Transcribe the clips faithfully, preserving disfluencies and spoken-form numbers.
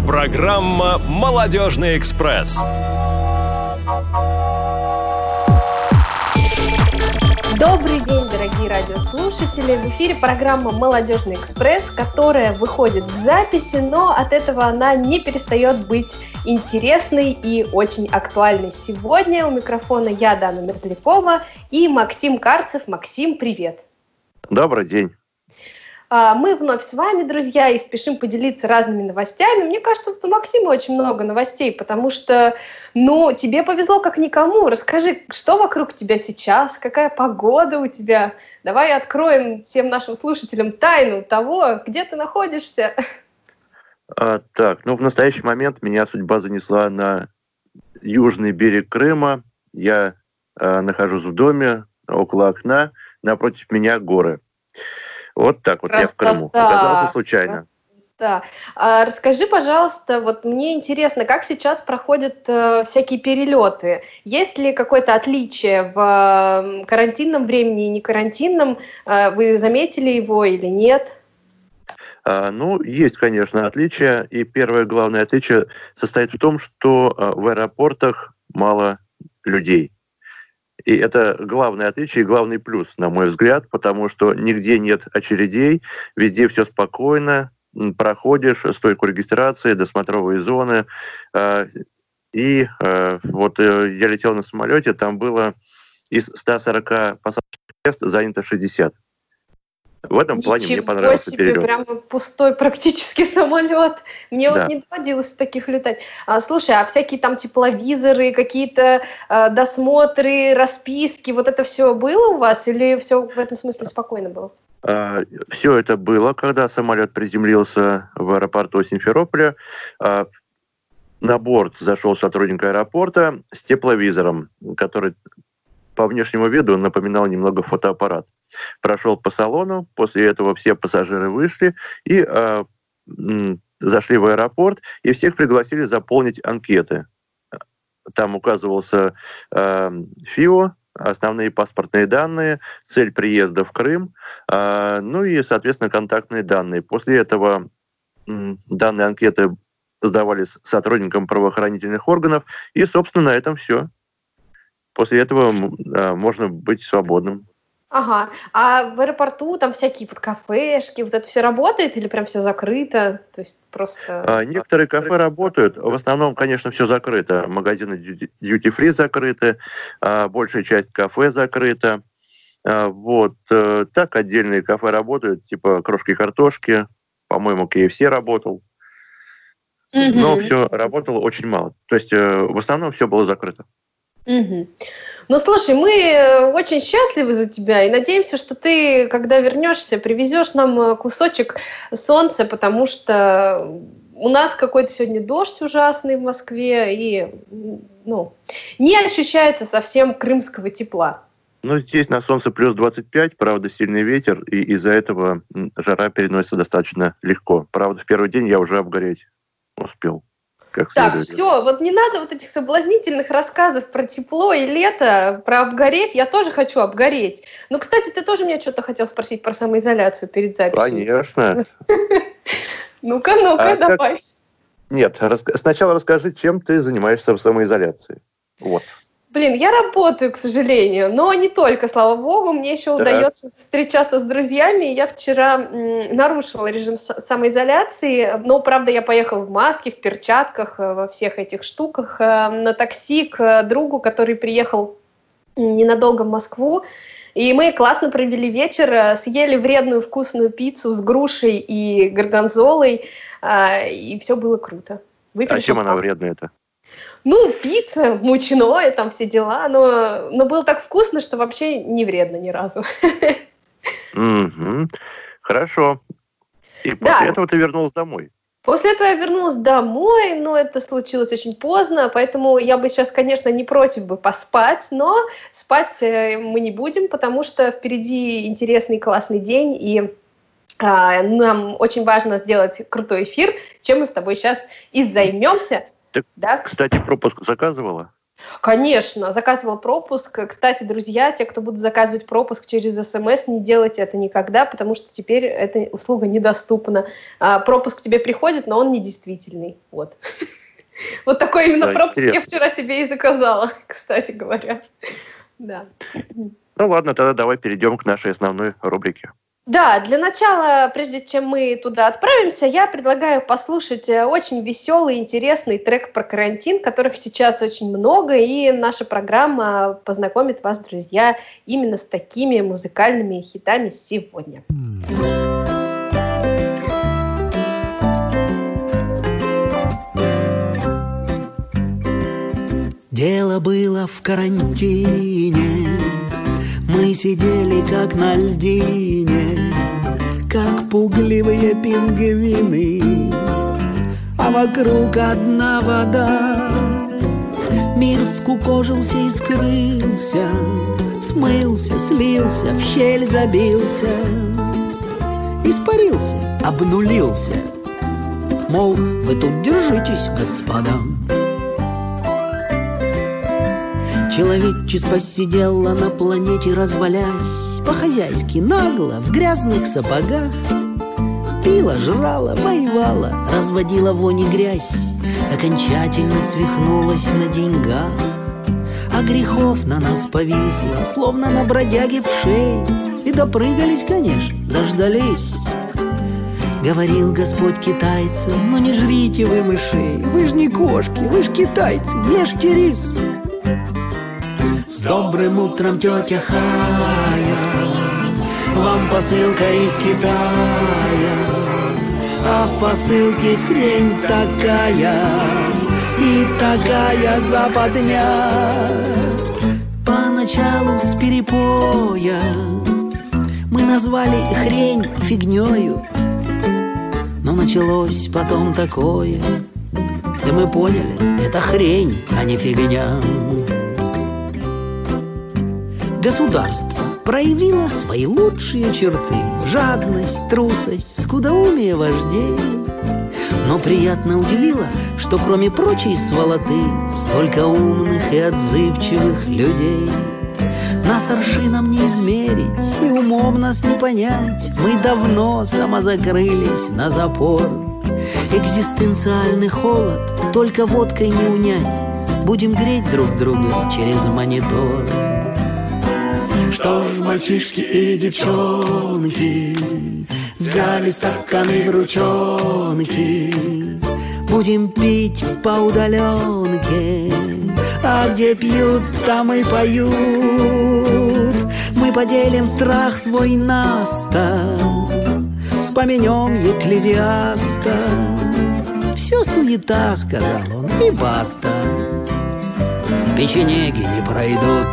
Программа «Молодежный экспресс». Добрый день, дорогие радиослушатели! В эфире программа «Молодежный экспресс», которая выходит в записи, но от этого она не перестает быть интересной и очень актуальной. Сегодня у микрофона я, Дана Мерзлякова, и Максим Карцев. Максим, привет! Добрый день! Мы вновь с вами, друзья, и спешим поделиться разными новостями. Мне кажется, вот у Максима очень много новостей, потому что, ну, тебе повезло как никому. Расскажи, что вокруг тебя сейчас, какая погода у тебя? Давай откроем всем нашим слушателям тайну того, где ты находишься. А, так, ну, в настоящий момент меня судьба занесла на южный берег Крыма. Я а, нахожусь в доме, около окна, напротив меня горы. Вот так вот. Красота. Я в Крыму. Оказался случайно. Да. А расскажи, пожалуйста, вот мне интересно, как сейчас проходят э, всякие перелеты? Есть ли какое-то отличие в э, карантинном времени и не карантинном? Э, вы заметили его или нет? А, ну, есть, конечно, отличия. И первое главное отличие состоит в том, что э, в аэропортах мало людей. И это главное отличие и главный плюс, на мой взгляд, потому что нигде нет очередей, везде все спокойно, проходишь стойку регистрации, досмотровые зоны. И вот я летел на самолете, там было из ста сорока посадочных мест занято шестьдесят. В этом Ничего плане мне понравился себе, перелет. Прямо пустой практически самолет. Мне да. вот не доводилось таких летать. А, слушай, а всякие там тепловизоры, какие-то а, досмотры, расписки, вот это все было у вас или все в этом смысле спокойно было? А, все это было, когда самолет приземлился в аэропорту Симферополя. А, на борт зашел сотрудник аэропорта с тепловизором, который по внешнему виду напоминал немного фотоаппарат. Прошел по салону, после этого все пассажиры вышли и э, м, зашли в аэропорт, и всех пригласили заполнить анкеты. Там указывался э, ФИО, основные паспортные данные, цель приезда в Крым, э, ну и, соответственно, контактные данные. После этого м, данные анкеты сдавались сотрудникам правоохранительных органов, и, собственно, на этом все. После этого э, можно быть свободным. Ага. А в аэропорту там всякие вот кафешки, вот это все работает или прям все закрыто? То есть просто... А, некоторые кафе работают. В основном, конечно, все закрыто. Магазины duty-free закрыты, а, большая часть кафе закрыта. А, вот. А, так отдельные кафе работают, типа крошки картошки. По-моему, кей эф си работал. Mm-hmm. Но все работало очень мало. То есть в основном все было закрыто. Угу. Ну, слушай, мы очень счастливы за тебя и надеемся, что ты, когда вернешься, привезешь нам кусочек солнца, потому что у нас какой-то сегодня дождь ужасный в Москве, и ну, не ощущается совсем крымского тепла. Ну, здесь на солнце плюс двадцать пять, правда, сильный ветер, и из-за этого жара переносится достаточно легко. Правда, в первый день я уже обгореть успел. Как так, все, вот не надо вот этих соблазнительных рассказов про тепло и лето, про обгореть. Я тоже хочу обгореть. Ну, кстати, ты тоже меня что-то хотел спросить про самоизоляцию перед записью. Конечно. Ну-ка, ну-ка, давай. Нет, сначала расскажи, чем ты занимаешься в самоизоляции. Вот. Блин, я работаю, к сожалению, но не только, слава богу, мне еще да. удается встречаться с друзьями. Я вчера м, нарушила режим самоизоляции, но, правда, я поехала в маске, в перчатках, во всех этих штуках э, на такси к другу, который приехал ненадолго в Москву. И мы классно провели вечер, съели вредную вкусную пиццу с грушей и горгонзолой, э, и все было круто. Выпили а чем она вредная-то? Ну, пицца, мучное, там все дела, но, но было так вкусно, что вообще не вредно ни разу. Mm-hmm. Хорошо. И после да. этого ты вернулась домой? После этого я вернулась домой, но это случилось очень поздно, поэтому я бы сейчас, конечно, не против бы поспать, но спать мы не будем, потому что впереди интересный классный день, и а, нам очень важно сделать крутой эфир, чем мы с тобой сейчас и займемся. Ты, да? Кстати, пропуск заказывала? Конечно, заказывала пропуск. Кстати, друзья, те, кто будут заказывать пропуск через СМС, не делайте это никогда, потому что теперь эта услуга недоступна. А, пропуск тебе приходит, но он недействительный. Вот. Вот такой именно пропуск я вчера себе и заказала, кстати говоря. Да. Ну ладно, тогда давай перейдем к нашей основной рубрике. Да, для начала, прежде чем мы туда отправимся, я предлагаю послушать очень веселый, интересный трек про карантин, которых сейчас очень много, и наша программа познакомит вас, друзья, именно с такими музыкальными хитами сегодня. Дело было в карантине, мы сидели как на льдине, как пугливые пингвины, а вокруг одна вода. Мир скукожился и скрылся, смылся, слился, в щель забился, испарился, обнулился. Мол, вы тут держитесь, господа. Человечество сидело на планете, развалясь, по-хозяйски нагло, в грязных сапогах. Пила, жрала, воевала, разводила вонь и грязь, окончательно свихнулась на деньгах. А грехов на нас повисло, словно на бродяге в шее. И допрыгались, конечно, дождались. Говорил Господь китайцам: ну не жрите вы мышей, вы ж не кошки, вы ж китайцы, ешьте рис. С добрым утром, тетя Хая, вам посылка из Китая, а в посылке хрень такая и такая западня. Поначалу с перепоя мы назвали хрень фигнёю, но началось потом такое, и мы поняли, это хрень, а не фигня. Государство проявило свои лучшие черты: жадность, трусость, скудоумие вождей. Но приятно удивило, что кроме прочей сволоты столько умных и отзывчивых людей. Нас аршином не измерить и умом нас не понять. Мы давно самозакрылись на запор. Экзистенциальный холод только водкой не унять. Будем греть друг друга через монитор. Что ж, мальчишки и девчонки, взяли стаканы в ручонки, будем пить по удаленке, а где пьют, там и поют. Мы поделим страх свой наста, вспомнем Екклезиаста. Все суета, сказал он, и баста. Печенеги не пройдут.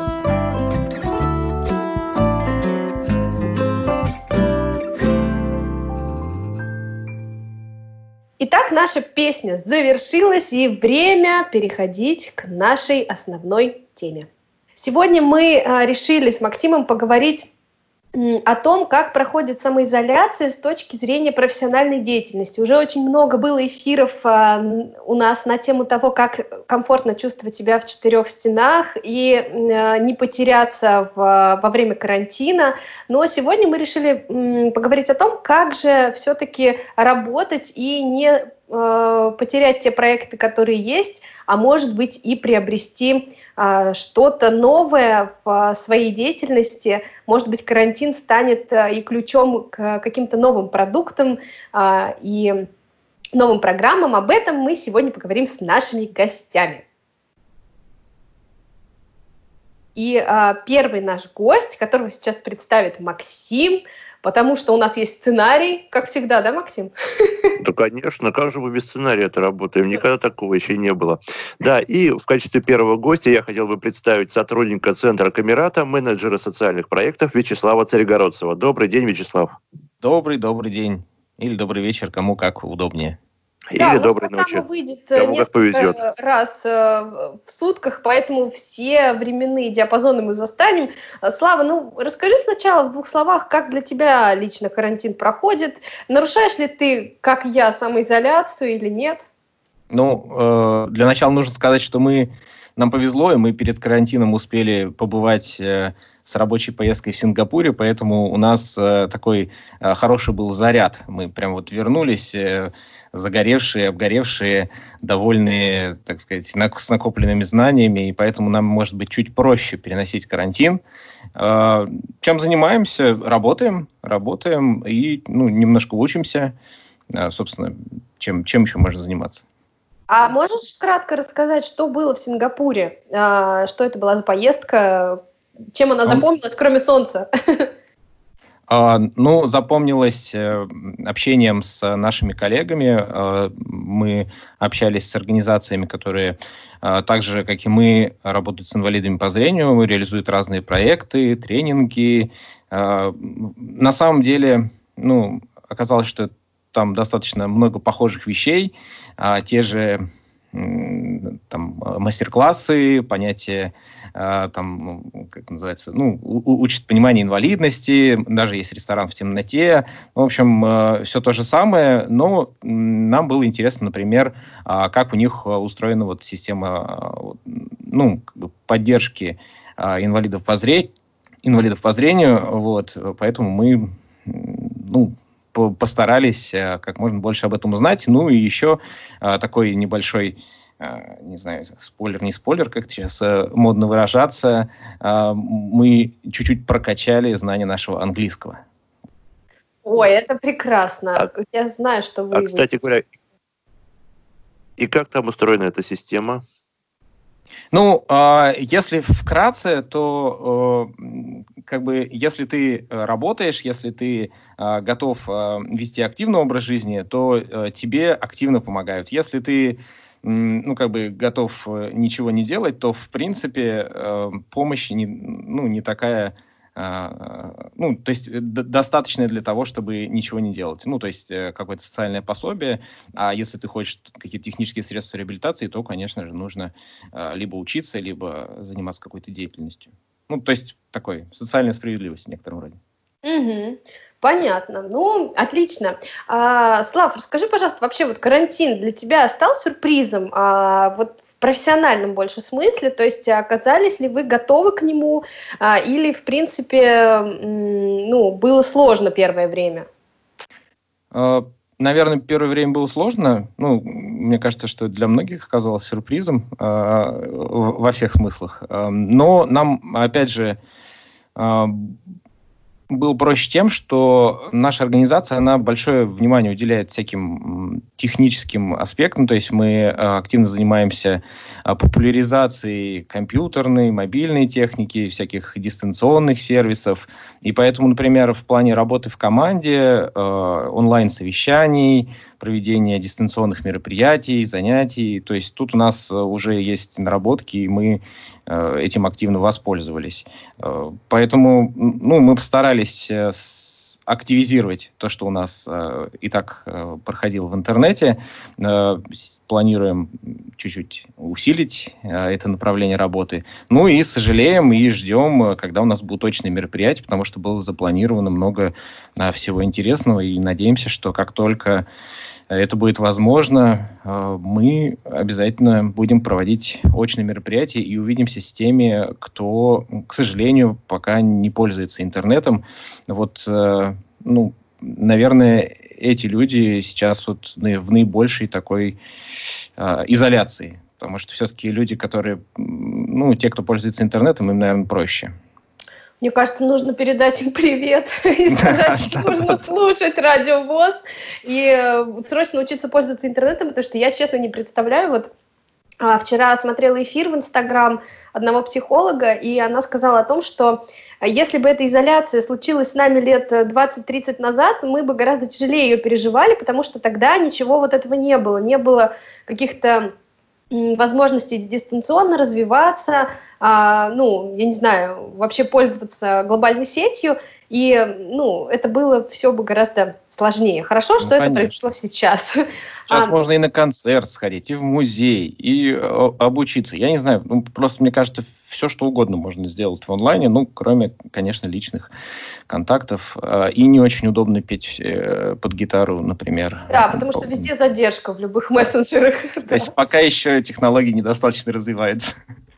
Итак, наша песня завершилась, и время переходить к нашей основной теме. Сегодня мы а, решили с Максимом поговорить м, о том, как проходит самоизоляция с точки зрения профессиональной деятельности. Уже очень много было эфиров а, у нас на тему того, как комфортно чувствовать себя в четырех стенах и а, не потеряться в, во время карантина. Но сегодня мы решили м, поговорить о том, как же все-таки работать и не э, потерять те проекты, которые есть, а может быть и приобрести э, что-то новое в своей деятельности. Может быть, карантин станет э, и ключом к каким-то новым продуктам э, и новым программам. Об этом мы сегодня поговорим с нашими гостями. И э, первый наш гость, которого сейчас представит Максим, потому что у нас есть сценарий, как всегда, да, Максим? Да, конечно, как же мы без сценария-то работаем? Никогда такого еще не было. Да, и в качестве первого гостя я хотел бы представить сотрудника Центра Камерата, менеджера социальных проектов Вячеслава Царегородцева. Добрый день, Вячеслав. Добрый, добрый день. Или добрый вечер, кому как удобнее. Или да, доброй ночи. Программа выйдет Кому несколько раз э, в сутках, поэтому все временные диапазоны мы застанем. Слава, ну расскажи сначала в двух словах, как для тебя лично карантин проходит. Нарушаешь ли ты, как я, самоизоляцию или нет? Ну, э, для начала нужно сказать, что мы нам повезло, и мы перед карантином успели побывать э, с рабочей поездкой в Сингапуре, поэтому у нас э, такой э, хороший был заряд. Мы прям вот вернулись э, загоревшие, обгоревшие, довольные, так сказать, нак- с накопленными знаниями, и поэтому нам, может быть, чуть проще переносить карантин. Э, чем занимаемся? Работаем, работаем и ну, немножко учимся. Э, собственно, чем, чем еще можно заниматься? А можешь кратко рассказать, что было в Сингапуре? А, что это была за поездка? Чем она запомнилась, кроме солнца? А, ну, запомнилось э, общением с нашими коллегами. Э, мы общались с организациями, которые э, так же, как и мы, работают с инвалидами по зрению, реализуют разные проекты, тренинги. Э, на самом деле, ну, оказалось, что там достаточно много похожих вещей, а, те же м, там, мастер-классы, понятие, а, там, как называется, ну, у, учат понимание инвалидности, даже есть ресторан в темноте. В общем, а, все то же самое, но нам было интересно, например, а, как у них устроена вот система а, ну, как бы поддержки а, инвалидов по зрению, инвалидов по зрению, вот, поэтому мы, ну, постарались как можно больше об этом узнать. Ну и еще а, такой небольшой, а, не знаю, спойлер, не спойлер, как сейчас а, модно выражаться, а, мы чуть-чуть прокачали знания нашего английского. Ой, это прекрасно. А, Я знаю, что вы... А, кстати говоря, и как там устроена эта система? Ну, э, если вкратце, то э, как бы, если ты работаешь, если ты э, готов э, вести активный образ жизни, то э, тебе активно помогают. Если ты э, ну, как бы готов ничего не делать, то, в принципе, э, помощь не, ну, не такая... ну, то есть д- достаточно для того, чтобы ничего не делать. Ну, то есть какое-то социальное пособие, а если ты хочешь какие-то технические средства реабилитации, то, конечно же, нужно а, либо учиться, либо заниматься какой-то деятельностью. Ну, то есть такой социальной справедливости в некотором роде. Угу. Понятно. Ну, отлично. А, Слав, расскажи, пожалуйста, вообще вот карантин для тебя стал сюрпризом? А, вот в профессиональном больше смысле, то есть оказались ли вы готовы к нему, а, или, в принципе, м, ну, было сложно первое время? А, наверное, первое время было сложно. Ну, мне кажется, что для многих оказалось сюрпризом а, во всех смыслах. А, но нам, опять же, а, было проще тем, что наша организация, она большое внимание уделяет всяким техническим аспектам, то есть мы активно занимаемся популяризацией компьютерной, мобильной техники, всяких дистанционных сервисов, и поэтому, например, в плане работы в команде, онлайн-совещаний, проведения дистанционных мероприятий, занятий, то есть тут у нас уже есть наработки, и мы этим активно воспользовались. Поэтому ну, мы постарались активизировать то, что у нас э, и так э, проходило в интернете. Э, планируем чуть-чуть усилить э, это направление работы. Ну и сожалеем и ждем, когда у нас будут точные мероприятия, потому что было запланировано много э, всего интересного, и надеемся, что как только это будет возможно, э, мы обязательно будем проводить очные мероприятия и увидимся с теми, кто, к сожалению, пока не пользуется интернетом. Вот, э, ну, наверное, эти люди сейчас вот в наибольшей такой э, изоляции, потому что все-таки люди, которые, ну, те, кто пользуется интернетом, им, наверное, проще. Мне кажется, нужно передать им привет и сказать, что нужно слушать Радио ВОС и срочно учиться пользоваться интернетом, потому что я, честно, не представляю. Вот вчера смотрела эфир в Инстаграм одного психолога, и она сказала о том, что если бы эта изоляция случилась с нами лет двадцать-тридцать назад, мы бы гораздо тяжелее ее переживали, потому что тогда ничего вот этого не было. Не было каких-то возможности дистанционно развиваться, а, ну, я не знаю, вообще пользоваться глобальной сетью, и, ну, это было все бы гораздо сложнее. Хорошо, что ну, это произошло сейчас. Сейчас а, можно и на концерт сходить, и в музей, и э, обучиться. Я не знаю, ну, просто мне кажется, все, что угодно можно сделать в онлайне, ну, кроме, конечно, личных контактов. Э, и не очень удобно петь э, под гитару, например. Да, потому что везде задержка в любых мессенджерах. То есть пока еще технологии недостаточно развиваются.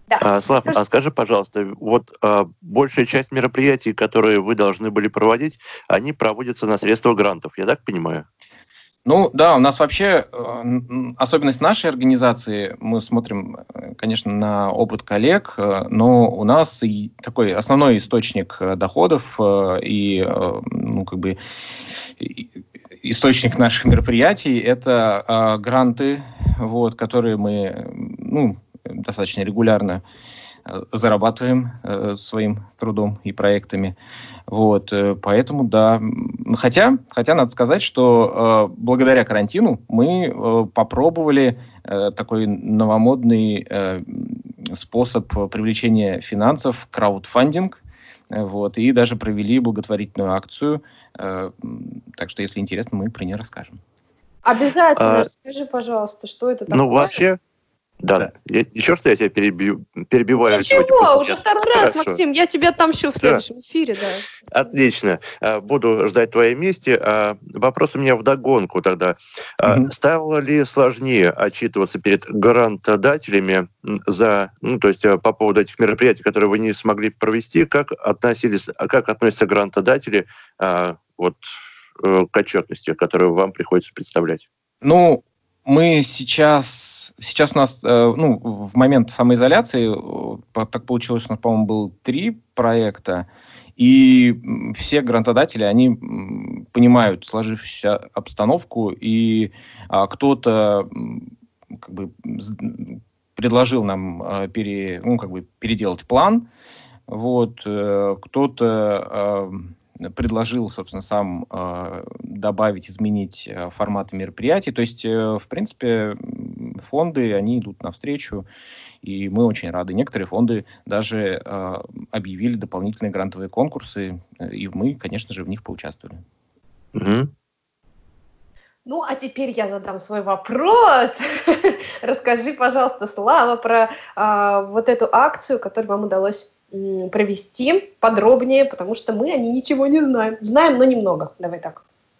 Да. А, Слав, а скажи, пожалуйста, вот а, большая часть мероприятий, которые вы должны были проводить, они проводятся на средства грантов, я так понимаю? Ну да, у нас вообще особенность нашей организации, мы смотрим, конечно, на опыт коллег, но у нас и такой основной источник доходов и, ну, как бы, источник наших мероприятий – это гранты, вот, которые мы, ну, достаточно регулярно зарабатываем э, своим трудом и проектами. Вот, э, поэтому, да. Хотя, хотя надо сказать, что э, благодаря карантину мы э, попробовали э, такой новомодный э, способ привлечения финансов, краудфандинг, э, вот, и даже провели благотворительную акцию. Э, так что, если интересно, мы про нее расскажем. Обязательно а, расскажи, пожалуйста, что это такое. Ну, вообще... Да, да. Я, еще что я тебя перебью, перебиваю. Ничего, уже я... второй раз, Хорошо. Максим, я тебя отомщу в следующем да. эфире. Да. Отлично. Буду ждать твоей мести. Вопрос у меня вдогонку тогда. Mm-hmm. Стало ли сложнее отчитываться перед грантодателями за, ну, то есть по поводу этих мероприятий, которые вы не смогли провести? Как относились, как относятся грантодатели вот, к отчетности, которую вам приходится представлять? Ну, мы сейчас... Сейчас у нас, ну, в момент самоизоляции, так получилось, у нас, по-моему, было три проекта, и все грантодатели, они понимают сложившуюся обстановку, и кто-то как бы предложил нам пере, ну, как бы переделать план, вот, кто-то предложил, собственно, сам э, добавить, изменить э, форматы мероприятий. То есть, э, в принципе, фонды, они идут навстречу, и мы очень рады. Некоторые фонды даже э, объявили дополнительные грантовые конкурсы, и мы, конечно же, в них поучаствовали. Угу. Ну, а теперь я задам свой вопрос. Расскажи, пожалуйста, Слава, про э, вот эту акцию, которую вам удалось провести подробнее, потому что мы о ней ничего не знаем. Знаем, но немного. Давай так.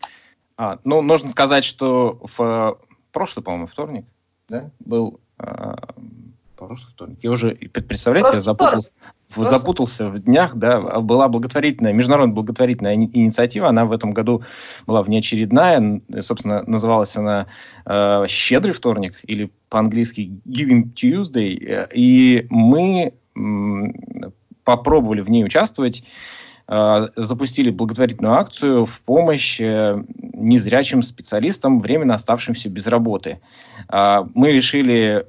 А, ну, нужно сказать, что в прошлый, по-моему, вторник, да, был э, прошлый вторник. Я уже, представляете, я запутался, в, запутался в днях, да, была благотворительная, международная благотворительная инициатива, она в этом году была внеочередная, собственно, называлась она э, «Щедрый вторник», или по-английски «Giving Tuesday», и мы попробовали в ней участвовать, запустили благотворительную акцию в помощь незрячим специалистам, временно оставшимся без работы. Мы решили,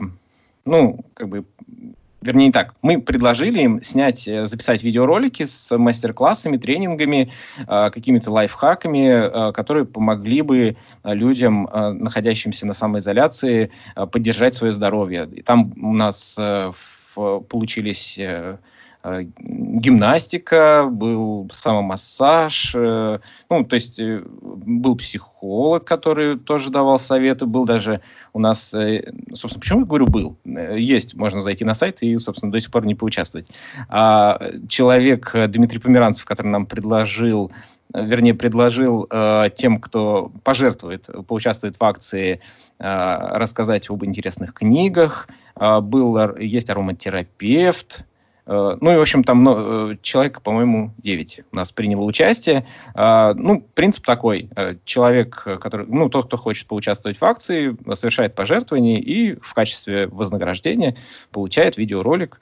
ну, как бы, вернее, не так, мы предложили им снять, записать видеоролики с мастер-классами, тренингами, какими-то лайфхаками, которые помогли бы людям, находящимся на самоизоляции, поддержать свое здоровье. И там у нас получились э, э, гимнастика, был самомассаж, э, ну, то есть э, был психолог, который тоже давал советы, был даже у нас, э, собственно, почему я говорю «был»? Есть, можно зайти на сайт и, собственно, до сих пор не поучаствовать. А человек Дмитрий Померанцев, который нам предложил, вернее, предложил э, тем, кто пожертвует, поучаствует в акции, э, рассказать об интересных книгах. Э, был, есть ароматерапевт. Э, ну и, в общем, там ну, человек, по-моему, девять у нас приняло участие. Э, ну, принцип такой. Э, человек, который, ну, тот, кто хочет поучаствовать в акции, совершает пожертвование и в качестве вознаграждения получает видеоролик,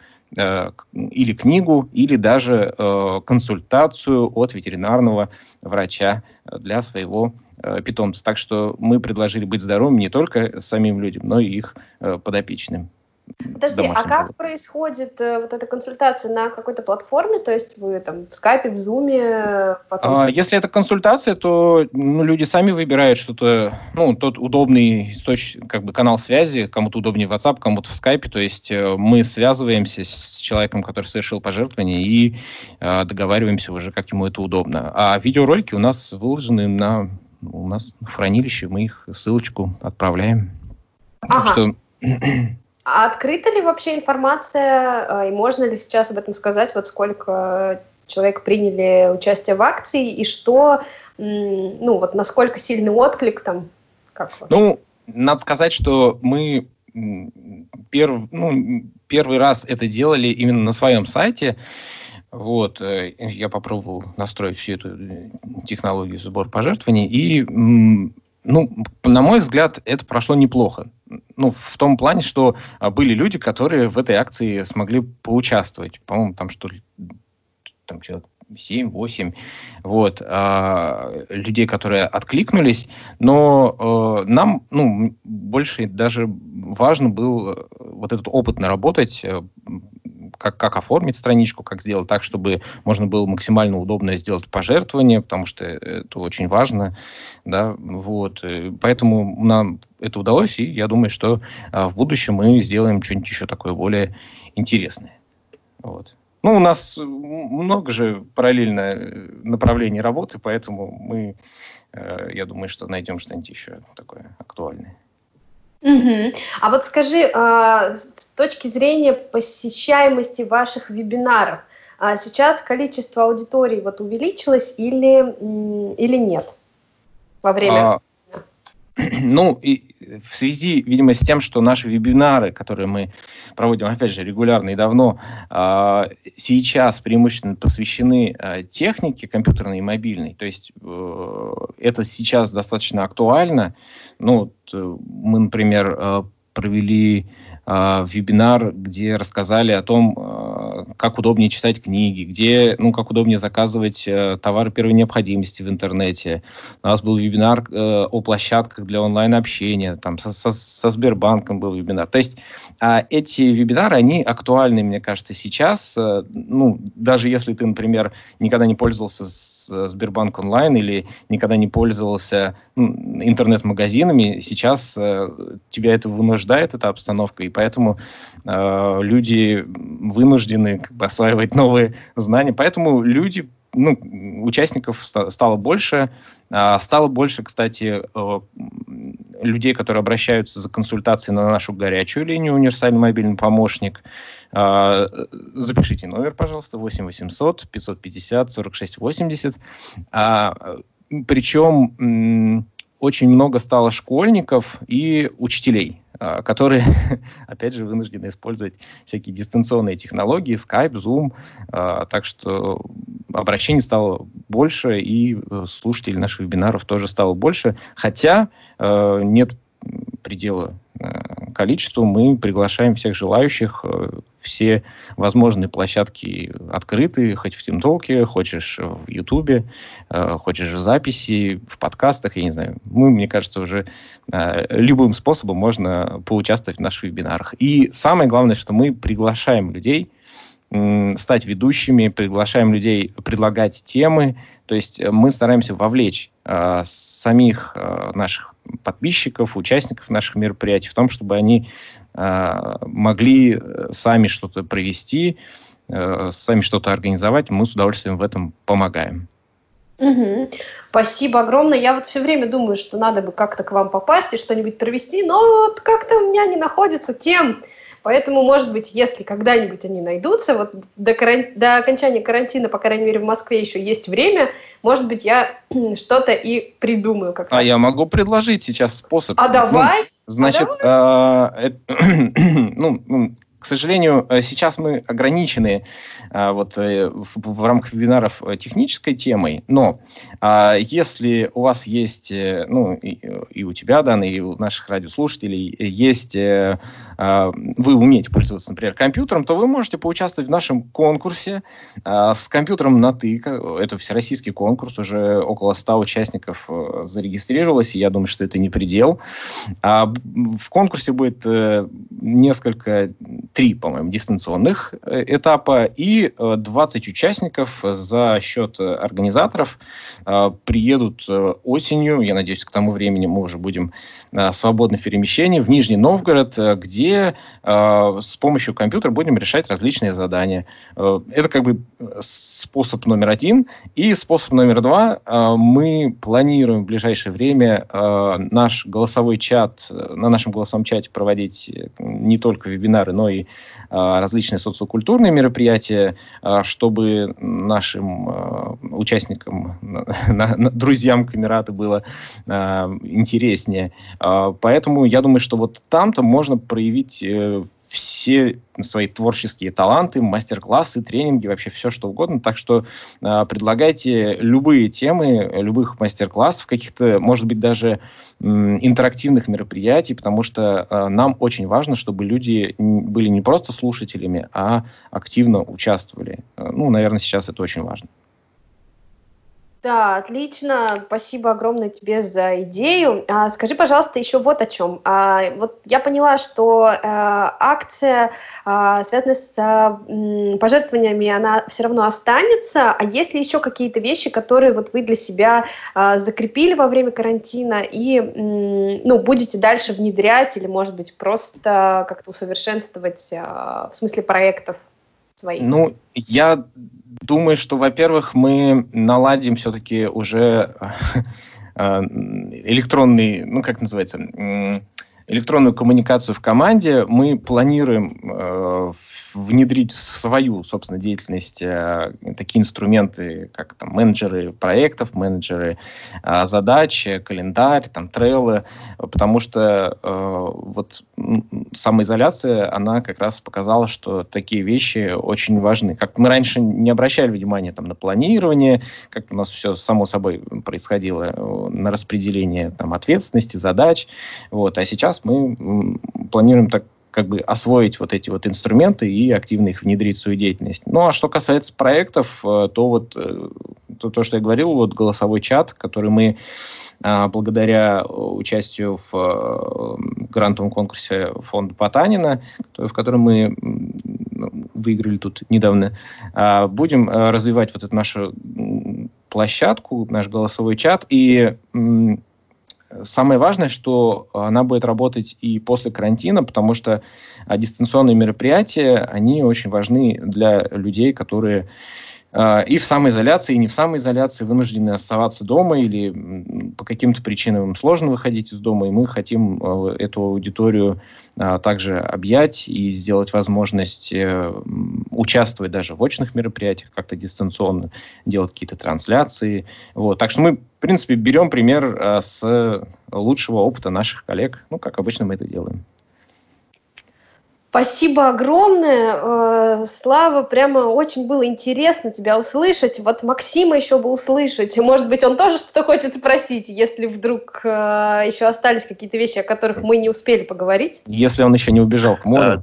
или книгу, или даже э, консультацию от ветеринарного врача для своего э, питомца. Так что мы предложили быть здоровыми не только самим людям, но и их э, подопечным. Подожди, а как животным. происходит э, вот эта консультация на какой-то платформе? То есть вы там в скайпе, в зуме? Потом... А, если это консультация, то ну, люди сами выбирают что-то, ну, тот удобный источник, как бы канал связи, кому-то удобнее в WhatsApp, кому-то в скайпе. То есть э, мы связываемся с человеком, который совершил пожертвование, и э, договариваемся уже, как ему это удобно. А видеоролики у нас выложены на, у нас в хранилище, мы их ссылочку отправляем. Ага. Так что... А открыта ли вообще информация, и можно ли сейчас об этом сказать, вот сколько человек приняли участие в акции, и что, ну, вот насколько сильный отклик там? Как ну, надо сказать, что мы перв, ну, первый раз это делали именно на своем сайте. Вот, я попробовал настроить всю эту технологию сбора пожертвований, и, ну, на мой взгляд, это прошло неплохо. Ну, в том плане, что были люди, которые в этой акции смогли поучаствовать. По-моему, там что ли, там человек семь-восемь, вот, а, людей, которые откликнулись, но э, нам, ну, больше даже важно был вот этот опыт наработать, как, как оформить страничку, как сделать так, чтобы можно было максимально удобно сделать пожертвование, потому что это очень важно, да, вот, поэтому нам это удалось, и я думаю, что а, в будущем мы сделаем что-нибудь еще такое более интересное, вот. Ну, у нас много же параллельно направлений работы, поэтому мы, э, я думаю, что найдем что-нибудь еще такое актуальное. Угу. А вот скажи, э, с точки зрения посещаемости ваших вебинаров, э, сейчас количество аудиторий вот увеличилось или, э, или нет во время? А, ну, и в связи, видимо, с тем, что наши вебинары, которые мы проводим, опять же, регулярно и давно, э, сейчас преимущественно посвящены э, технике компьютерной и мобильной. То есть э, это сейчас достаточно актуально. Ну, вот, э, мы, например, э, провели э, вебинар, где рассказали о том, э, как удобнее читать книги, где, ну, как удобнее заказывать э, товары первой необходимости в интернете. У нас был вебинар э, о площадках для онлайн-общения, там со, со, со Сбербанком был вебинар. То есть э, эти вебинары, они актуальны, мне кажется, сейчас. Э, ну, даже если ты, например, никогда не пользовался с Сбербанк онлайн или никогда не пользовался, ну, интернет-магазинами, сейчас э, тебя это вынуждает, эта обстановка, и поэтому э, люди вынуждены как бы осваивать новые знания. Поэтому люди, ну, участников стало больше. Э, стало больше, кстати, э, людей, которые обращаются за консультацией на нашу горячую линию «Универсальный мобильный помощник». Uh, запишите номер, пожалуйста, восемь восемьсот пятьсот пятьдесят сорок шесть восемьдесят. Uh, причем м, очень много стало школьников и учителей, uh, которые, опять же, вынуждены использовать всякие дистанционные технологии, Skype, Zoom. Uh, так что обращений стало больше, и слушателей наших вебинаров тоже стало больше. Хотя uh, нет предела количеству, мы приглашаем всех желающих, все возможные площадки открыты, хоть в ТимТолке, хочешь в Ютубе, хочешь в записи, в подкастах, я не знаю. Мы, мне кажется, уже любым способом можно поучаствовать в наших вебинарах. И самое главное, что мы приглашаем людей стать ведущими, приглашаем людей предлагать темы, то есть мы стараемся вовлечь э, самих э, наших подписчиков, участников наших мероприятий в том, чтобы они э, могли сами что-то провести, э, сами что-то организовать. Мы с удовольствием в этом помогаем. Угу. Спасибо огромное. Я вот все время думаю, что надо бы как-то к вам попасть и что-нибудь провести, но вот как-то у меня не находится тем. Поэтому, может быть, если когда-нибудь они найдутся, вот до, каран... до окончания карантина, по крайней мере, в Москве еще есть время, может быть, я что-то и придумаю. Как а я могу предложить сейчас способ. А давай. Ну, значит, а давай. Э, э, ну, к сожалению, сейчас мы ограничены а, вот, в, в рамках вебинаров технической темой, но а, если у вас есть, ну, и, и у тебя, Дан, и у наших радиослушателей есть, а, вы умеете пользоваться, например, компьютером, то вы можете поучаствовать в нашем конкурсе а, с компьютером на «ты». Это всероссийский конкурс, уже около ста участников зарегистрировалось, и я думаю, что это не предел. А, в конкурсе будет а, несколько... Три, по-моему, дистанционных этапа и двадцать участников за счет организаторов приедут осенью, я надеюсь, к тому времени мы уже будем свободны в перемещении, в Нижний Новгород, где с помощью компьютера будем решать различные задания. Это как бы способ номер один. И способ номер два, мы планируем в ближайшее время наш голосовой чат, на нашем голосовом чате проводить не только вебинары, но и и различные социокультурные мероприятия, чтобы нашим участникам, друзьям Камерата было интереснее. Поэтому я думаю, что вот там-то можно проявить все свои творческие таланты, мастер-классы, тренинги, вообще все, что угодно. Так что э, предлагайте любые темы, любых мастер-классов, каких-то, может быть, даже э, интерактивных мероприятий, потому что э, нам очень важно, чтобы люди были не просто слушателями, а активно участвовали. Э, ну, наверное, сейчас это очень важно. Да, отлично. Спасибо огромное тебе за идею. А, скажи, пожалуйста, еще вот о чем. А, вот я поняла, что а, акция, а, связанная с а, м, пожертвованиями, она все равно останется. А есть ли еще какие-то вещи, которые вот вы для себя а, закрепили во время карантина и м, ну, будете дальше внедрять или, может быть, просто как-то усовершенствовать а, в смысле проектов своих? Ну, я думаю, что, во-первых, мы наладим все-таки уже электронный, ну, как называется, электронную коммуникацию в команде. Мы планируем э, внедрить в свою, собственно, деятельность э, такие инструменты, как там менеджеры проектов, менеджеры э, задач, календарь, там, трейлы, потому что э, вот самоизоляция, она как раз показала, что такие вещи очень важны. Как мы раньше не обращали внимания там, на планирование, как у нас все само собой происходило, на распределение там, ответственности, задач, вот, а сейчас мы м, планируем так как бы освоить вот эти вот инструменты и активно их внедрить в свою деятельность. Ну, а что касается проектов, то вот то, то что я говорил, вот голосовой чат, который мы благодаря участию в грантовом конкурсе фонда Потанина, в котором мы выиграли тут недавно, будем развивать вот эту нашу площадку, наш голосовой чат, и самое важное, что она будет работать и после карантина, потому что а, дистанционные мероприятия, они очень важны для людей, которые а, и в самоизоляции, и не в самоизоляции вынуждены оставаться дома или м, по каким-то причинам им сложно выходить из дома, и мы хотим а, эту аудиторию а, также объять и сделать возможность а, участвовать даже в очных мероприятиях, как-то дистанционно, делать какие-то трансляции. Вот. Так что мы, в принципе, берем пример а, с лучшего опыта наших коллег. Ну, как обычно мы это делаем. Спасибо огромное, Слава, прямо очень было интересно тебя услышать. Вот Максима еще бы услышать. Может быть, он тоже что-то хочет спросить, если вдруг еще остались какие-то вещи, о которых мы не успели поговорить. Если он еще не убежал к морю.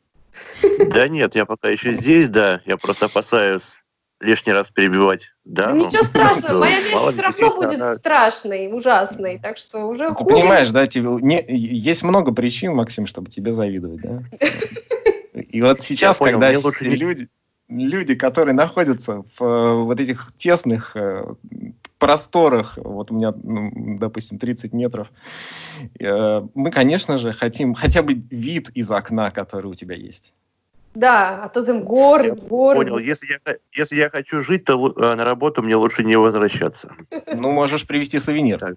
Да нет, я пока еще здесь, да. Я просто опасаюсь лишний раз перебивать. Да, да ну, ничего страшного, ну, моя вещь мало все ли, равно будет она... страшной, ужасной, так что уже Ты хуже. понимаешь, да, тебе, не, есть много причин, Максим, чтобы тебе завидовать, да? И вот сейчас, понял, когда лучше... люди, люди, которые находятся в вот этих тесных просторах, вот у меня, ну, допустим, тридцать метров, мы, конечно же, хотим хотя бы вид из окна, который у тебя есть. Да, а то там горы, я горы. Понял, если я, если я хочу жить, то на работу мне лучше не возвращаться. Ну, можешь привезти сувенир.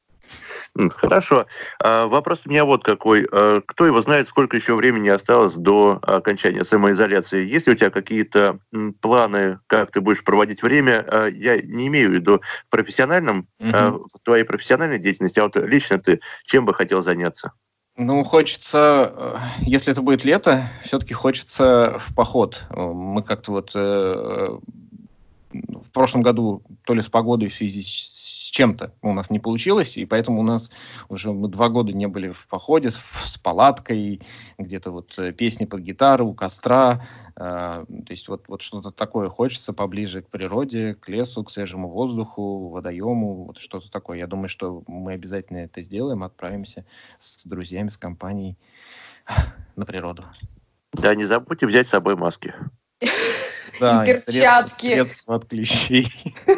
Хорошо. Вопрос у меня вот какой. Кто его знает, сколько еще времени осталось до окончания самоизоляции? Есть ли у тебя какие-то планы, как ты будешь проводить время? Я не имею в виду в профессиональном, uh-huh. в твоей профессиональной деятельности, а вот лично ты чем бы хотел заняться? Ну, хочется, если это будет лето, все-таки хочется в поход. Мы как-то вот э, в прошлом году то ли с погодой в связи с чем-то у нас не получилось, и поэтому у нас уже мы два года не были в походе с, с палаткой, где-то вот песни под гитару, у костра. Э, то есть вот, вот что-то такое хочется поближе к природе, к лесу, к свежему воздуху, водоему, вот что-то такое. Я думаю, что мы обязательно это сделаем, отправимся с друзьями, с компанией на природу. Да, не забудьте взять с собой маски. Да, и перчатки. И средства от клещей.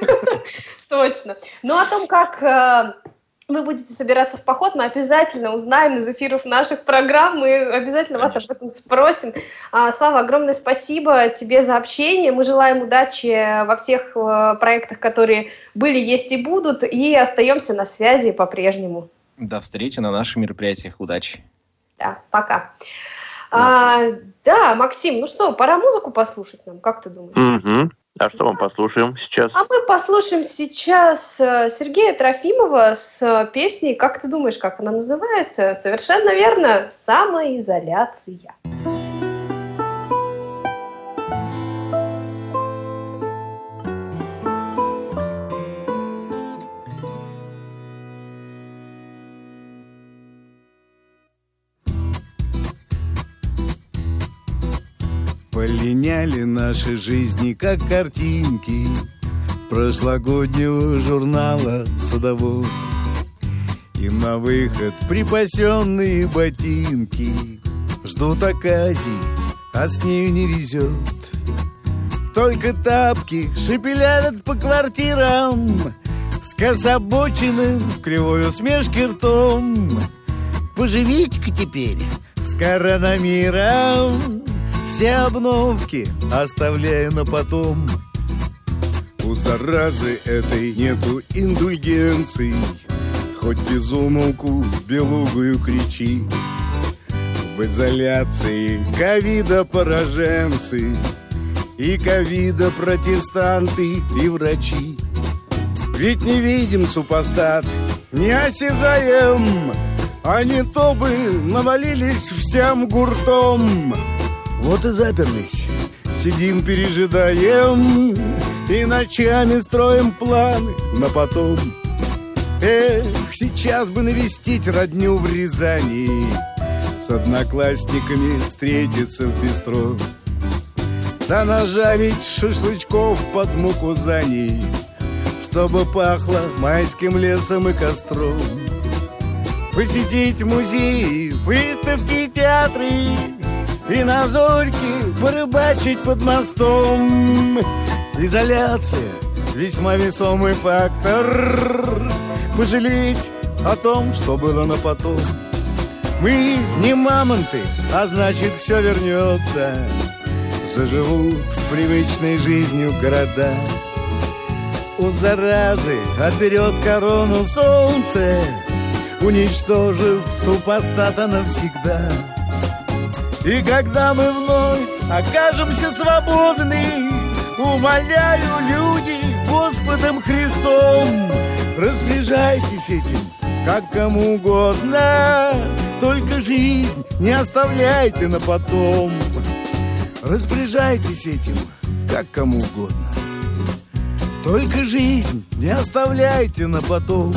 Точно. Ну, о том, как э, вы будете собираться в поход, мы обязательно узнаем из эфиров наших программ, мы обязательно Конечно. вас об этом спросим. А, Слава, огромное спасибо тебе за общение, мы желаем удачи во всех э, проектах, которые были, есть и будут, и остаемся на связи по-прежнему. До встречи на наших мероприятиях, удачи. Да, пока. А, да, Максим, ну что, пора музыку послушать нам, как ты думаешь? Угу. А что мы послушаем сейчас? А мы послушаем сейчас Сергея Трофимова с песней, как ты думаешь, как она называется? Совершенно верно, «Самоизоляция». Полиняли наши жизни, как картинки прошлогоднего журнала «Садовод». И на выход припасенные ботинки ждут оказий, а с нею не везет. Только тапки шепелявят по квартирам, скособоченным в кривой усмешке ртом. Поживите-ка теперь с коронамиром, все обновки оставляя на потом. У заразы этой нету индульгенций, хоть без умолку белугую кричи. В изоляции ковида-пораженцы и ковида-протестанты и врачи. Ведь не видим супостат, не осязаем, а не то бы навалились всем гуртом. Вот и заперлись, сидим, пережидаем, и ночами строим планы на потом. Эх, сейчас бы навестить родню в Рязани, с одноклассниками встретиться в бистро, да нажарить шашлычков под мукузани, чтобы пахло майским лесом и костром. Посетить музеи, выставки, театры и на зорьке порыбачить под мостом. Изоляция — весьма весомый фактор. Пожалеть о том, что было на потом. Мы не мамонты, а значит все вернется. Заживут привычной жизнью города. У заразы отберет корону солнце, уничтожив супостата навсегда. И когда мы вновь окажемся свободны, умоляю, люди, Господом Христом, распоряжайтесь этим, как кому угодно, только жизнь не оставляйте на потом. Распоряжайтесь этим, как кому угодно, только жизнь не оставляйте на потом.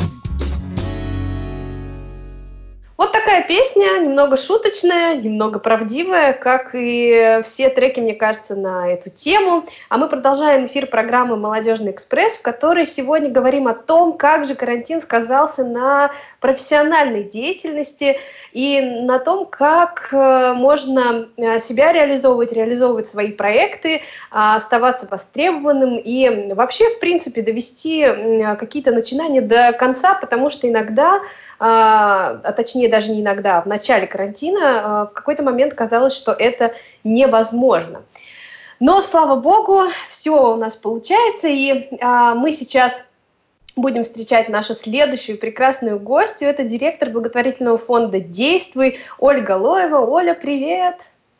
Вот такая песня, немного шуточная, немного правдивая, как и все треки, мне кажется, на эту тему. А мы продолжаем эфир программы «Молодежный экспресс», в которой сегодня говорим о том, как же карантин сказался на профессиональной деятельности и на том, как можно себя реализовывать, реализовывать свои проекты, оставаться востребованным и вообще, в принципе, довести какие-то начинания до конца, потому что иногда, а точнее даже не иногда, в начале карантина в какой-то момент казалось, что это невозможно. Но, слава богу, все у нас получается, и а, мы сейчас будем встречать нашу следующую прекрасную гостью. Это директор благотворительного фонда «Действуй» Ольга Лоева. Оля, привет!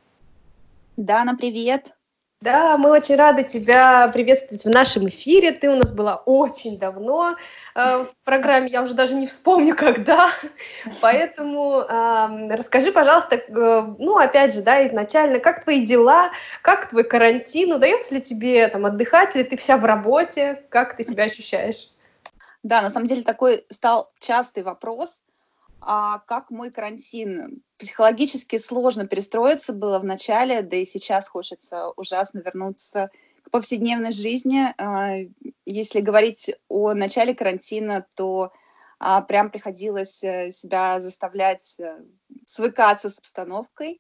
Дана, привет! Да, мы очень рады тебя приветствовать в нашем эфире. Ты у нас была очень давно э, в программе, я уже даже не вспомню, когда. Поэтому э, расскажи, пожалуйста, э, ну, опять же, да, изначально, как твои дела, как твой карантин, удается ли тебе там отдыхать, или ты вся в работе, как ты себя ощущаешь? Да, на самом деле такой стал частый вопрос. А как мой карантин? Психологически сложно перестроиться было в начале, да и сейчас хочется ужасно вернуться к повседневной жизни. Если говорить о начале карантина, то прям приходилось себя заставлять свыкаться с обстановкой.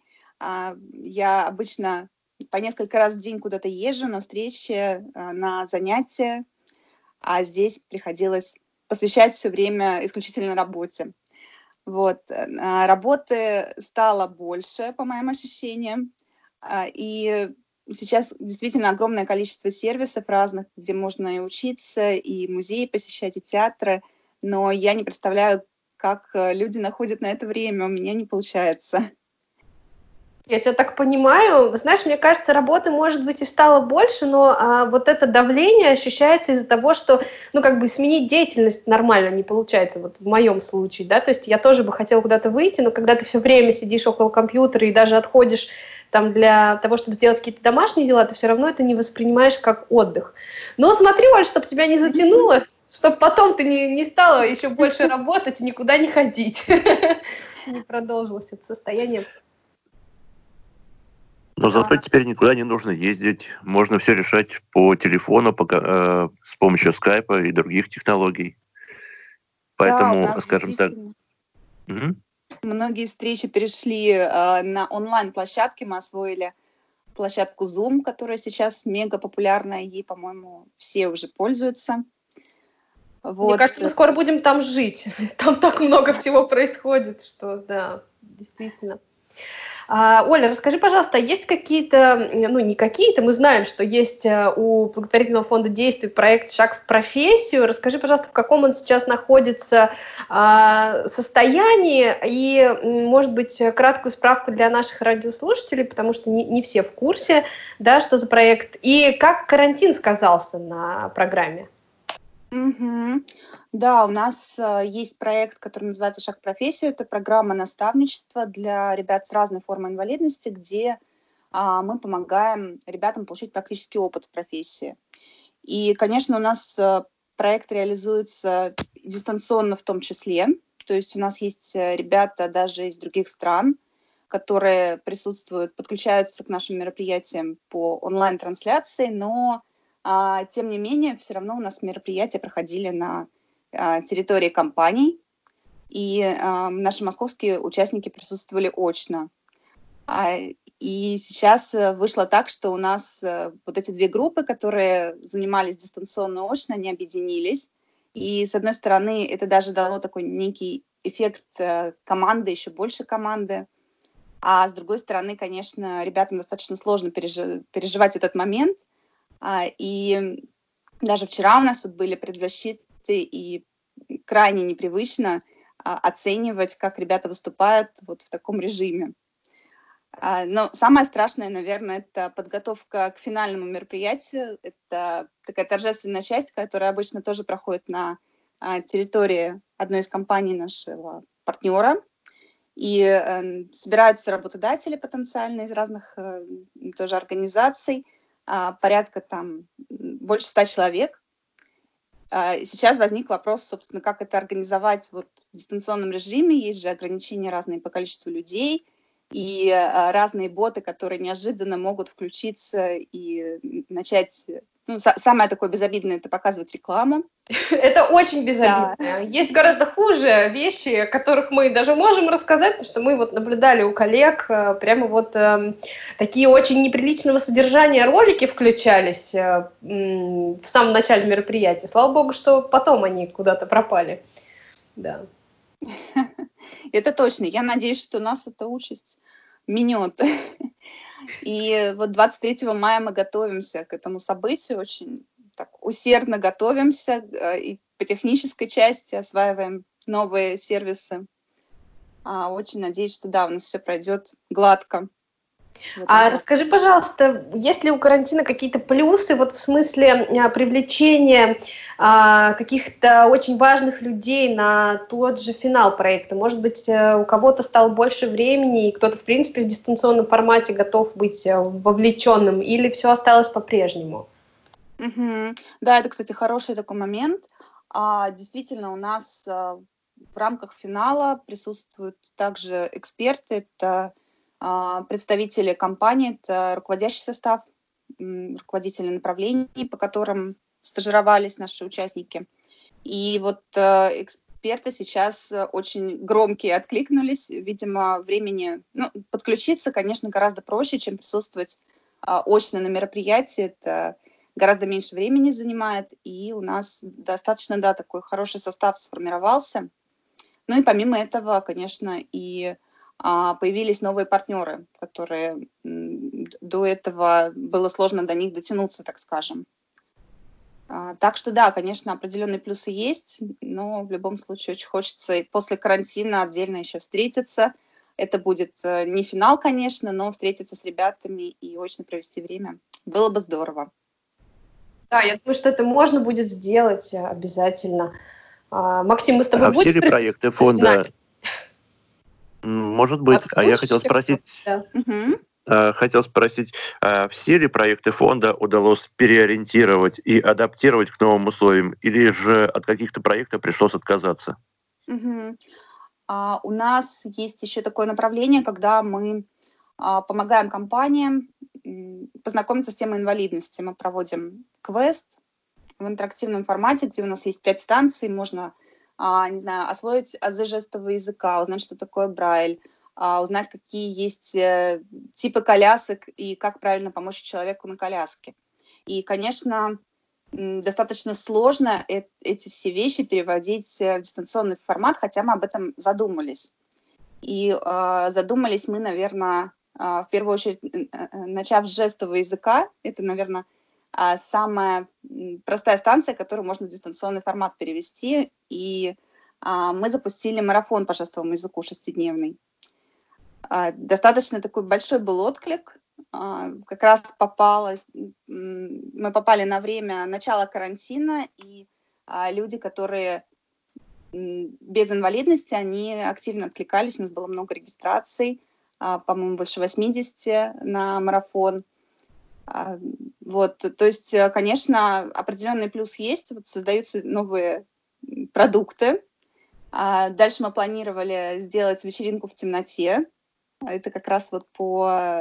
Я обычно по несколько раз в день куда-то езжу на встречи, на занятия, а здесь приходилось посвящать все время исключительно работе. Вот. Работы стало больше, по моим ощущениям, и сейчас действительно огромное количество сервисов разных, где можно и учиться, и музеи посещать, и театры, но я не представляю, как люди находят на это время, у меня не получается. Я тебя так понимаю. Знаешь, мне кажется, работы, может быть, и стало больше, но а, вот это давление ощущается из-за того, что, ну, как бы сменить деятельность нормально не получается, вот в моем случае, да, то есть я тоже бы хотела куда-то выйти, но когда ты все время сидишь около компьютера и даже отходишь там для того, чтобы сделать какие-то домашние дела, ты все равно это не воспринимаешь как отдых. Но смотри, Оль, чтобы тебя не затянуло, чтобы потом ты не, не стала еще больше работать и никуда не ходить. Не продолжилось это состояние. Но зато теперь никуда не нужно ездить. Можно все решать по телефону, по, э, с помощью скайпа и других технологий. Поэтому, да, скажем так... Угу. Многие встречи перешли э, на онлайн-площадки. Мы освоили площадку Zoom, которая сейчас мега популярная. Ей, по-моему, все уже пользуются. Вот. Мне кажется, мы скоро будем там жить. Там так много всего происходит, что да, действительно. А, Оля, расскажи, пожалуйста, есть какие-то, ну не какие-то, мы знаем, что есть у благотворительного фонда действий проект «Шаг в профессию». Расскажи, пожалуйста, в каком он сейчас находится а, состоянии и, может быть, краткую справку для наших радиослушателей, потому что не, не все в курсе, да, что за проект, и как карантин сказался на программе. Угу. Да, у нас э, есть проект, который называется «Шаг в профессию». Это программа наставничества для ребят с разной формой инвалидности, где э, мы помогаем ребятам получить практический опыт в профессии. И, конечно, у нас э, проект реализуется дистанционно в том числе. То есть у нас есть ребята даже из других стран, которые присутствуют, подключаются к нашим мероприятиям по онлайн-трансляции, но А, тем не менее, все равно у нас мероприятия проходили на а, территории компаний, и а, наши московские участники присутствовали очно. А, и сейчас вышло так, что у нас а, вот эти две группы, которые занимались дистанционно и очно, они объединились. И, с одной стороны, это даже дало такой некий эффект а, команды, еще больше команды. А с другой стороны, конечно, ребятам достаточно сложно пережи- переживать этот момент. И даже вчера у нас вот были предзащиты, и крайне непривычно оценивать, как ребята выступают вот в таком режиме. Но самое страшное, наверное, это подготовка к финальному мероприятию. Это такая торжественная часть, которая обычно тоже проходит на территории одной из компаний нашего партнера. И собираются работодатели потенциальные из разных тоже организаций, порядка там больше ста человек. Сейчас возник вопрос, собственно, как это организовать вот в дистанционном режиме. Есть же ограничения разные по количеству людей и разные боты, которые неожиданно могут включиться и начать... Ну, самое такое безобидное – это показывать рекламу. Это очень безобидно. Да. Есть гораздо хуже вещи, о которых мы даже можем рассказать, потому что мы вот наблюдали у коллег, прямо вот э, такие очень неприличного содержания ролики включались э, в самом начале мероприятия. Слава богу, что потом они куда-то пропали. Да. Это точно. Я надеюсь, что нас эта участь минет. И вот двадцать третьего мая мы готовимся к этому событию, очень так усердно готовимся и по технической части осваиваем новые сервисы. Очень надеюсь, что да, у нас все пройдет гладко. А расскажи, пожалуйста, есть ли у карантина какие-то плюсы вот в смысле а, привлечения а, каких-то очень важных людей на тот же финал проекта? Может быть, у кого-то стало больше времени, и кто-то, в принципе, в дистанционном формате готов быть вовлеченным, или все осталось по-прежнему? Угу. Да, это, кстати, хороший такой момент. А, действительно, у нас а, в рамках финала присутствуют также эксперты, это представители компании, это руководящий состав, руководители направлений, по которым стажировались наши участники. И вот эксперты сейчас очень громкие откликнулись. Видимо, времени ну, подключиться, конечно, гораздо проще, чем присутствовать очно на мероприятии. Это гораздо меньше времени занимает. И у нас достаточно, да, такой хороший состав сформировался. Ну и помимо этого, конечно, и появились новые партнеры, которые до этого было сложно до них дотянуться, так скажем. Так что да, конечно, определенные плюсы есть, но в любом случае очень хочется и после карантина отдельно еще встретиться, это будет не финал, конечно, но встретиться с ребятами и очно провести время было бы здорово. Да, я думаю, что это можно будет сделать обязательно. А, Максим, мы с тобой а будем... все ли проекты фонда... Может быть. А я хотел спросить... Да. Угу. Хотел спросить, все ли проекты фонда удалось переориентировать и адаптировать к новым условиям, или же от каких-то проектов пришлось отказаться? Угу. А, у нас есть еще такое направление, когда мы а, помогаем компаниям м, познакомиться с темой инвалидности. Мы проводим квест в интерактивном формате, где у нас есть пять станций, можно, а, не знаю, освоить азы жестового языка, узнать, что такое Брайль, а, узнать, какие есть э, типы колясок и как правильно помочь человеку на коляске. И, конечно, м, достаточно сложно э- эти все вещи переводить э, в дистанционный формат, хотя мы об этом задумались. И э, задумались мы, наверное, э, в первую очередь, э, э, начав с жестового языка. Это, наверное, э, самая м, простая станция, которую можно в дистанционный формат перевести. И э, мы запустили марафон по жестовому языку шестидневный. Достаточно такой большой был отклик. Как раз попалось, мы попали на время начала карантина, и люди, которые без инвалидности, они активно откликались. У нас было много регистраций, по-моему, больше восьмидесяти на марафон. Вот, то есть, конечно, определенный плюс есть. Вот создаются новые продукты. Дальше мы планировали сделать вечеринку в темноте. Это как раз вот по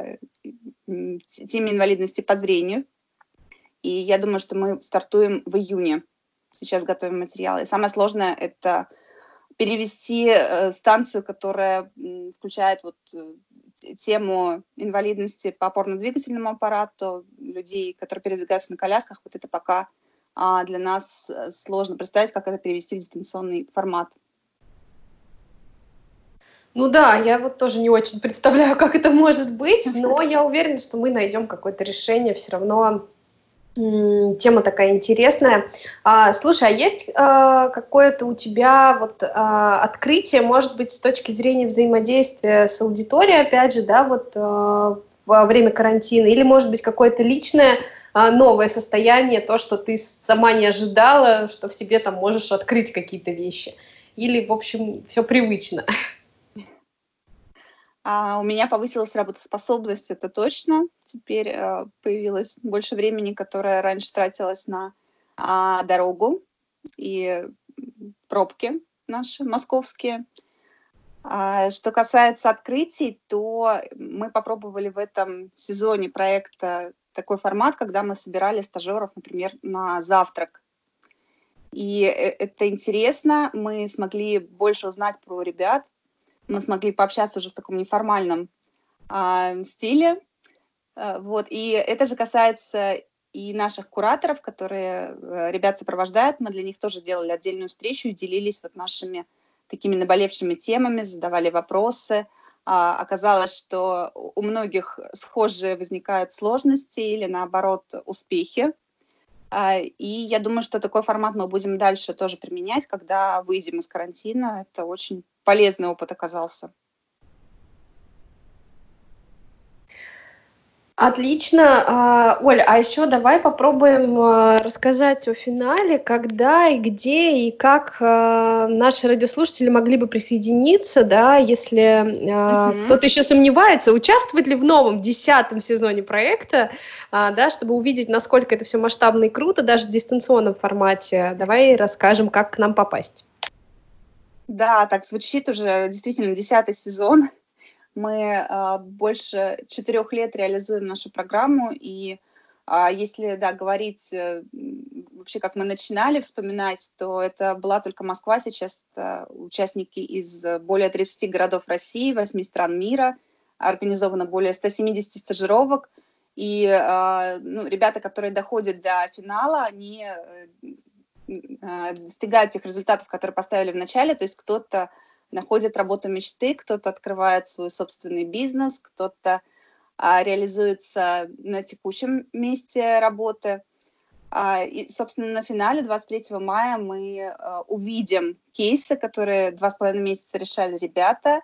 теме инвалидности по зрению. И я думаю, что мы стартуем в июне. Сейчас готовим материалы. И самое сложное – это перевести станцию, которая включает вот тему инвалидности по опорно-двигательному аппарату, людей, которые передвигаются на колясках. Вот это пока для нас сложно представить, как это перевести в дистанционный формат. Ну да, я вот тоже не очень представляю, как это может быть, но я уверена, что мы найдем какое-то решение. Все равно м, тема такая интересная. А, слушай, а есть а, какое-то у тебя вот а, открытие, может быть, с точки зрения взаимодействия с аудиторией, опять же, да, вот а, во время карантина, или, может быть, какое-то личное а, новое состояние, то, что ты сама не ожидала, что в себе там можешь открыть какие-то вещи, или, в общем, все привычно? А у меня повысилась работоспособность, это точно. Теперь э, появилось больше времени, которое раньше тратилось на а, дорогу и пробки наши московские. А, что касается открытий, то мы попробовали в этом сезоне проекта такой формат, когда мы собирали стажеров, например, на завтрак. И это интересно, мы смогли больше узнать про ребят, мы смогли пообщаться уже в таком неформальном а, стиле. А, вот. И это же касается и наших кураторов, которые а, ребят сопровождают. Мы для них тоже делали отдельную встречу и делились вот нашими такими наболевшими темами, задавали вопросы. А, оказалось, что у многих схожие возникают сложности или, наоборот, успехи. А, и я думаю, что такой формат мы будем дальше тоже применять, когда выйдем из карантина. Это очень полезный опыт оказался. Отлично. Оля, а еще давай попробуем рассказать о финале, когда и где и как наши радиослушатели могли бы присоединиться, да, если mm-hmm. кто-то еще сомневается, участвовать ли в новом десятом сезоне проекта, да, чтобы увидеть, насколько это все масштабно и круто, даже в дистанционном формате. Давай расскажем, как к нам попасть. Да, так звучит уже действительно десятый сезон. Мы а, больше четырех лет реализуем нашу программу, и а, если, да, говорить а, вообще, как мы начинали вспоминать, то это была только Москва, сейчас а, участники из более тридцати городов России, восьми стран мира, организовано более ста семидесяти стажировок, и а, ну, ребята, которые доходят до финала, они а, достигают тех результатов, которые поставили в начале, то есть кто-то находит работу мечты, кто-то открывает свой собственный бизнес, кто-то а, реализуется на текущем месте работы. А, и, собственно, на финале двадцать третьего мая мы а, увидим кейсы, которые два с половиной месяца решали ребята.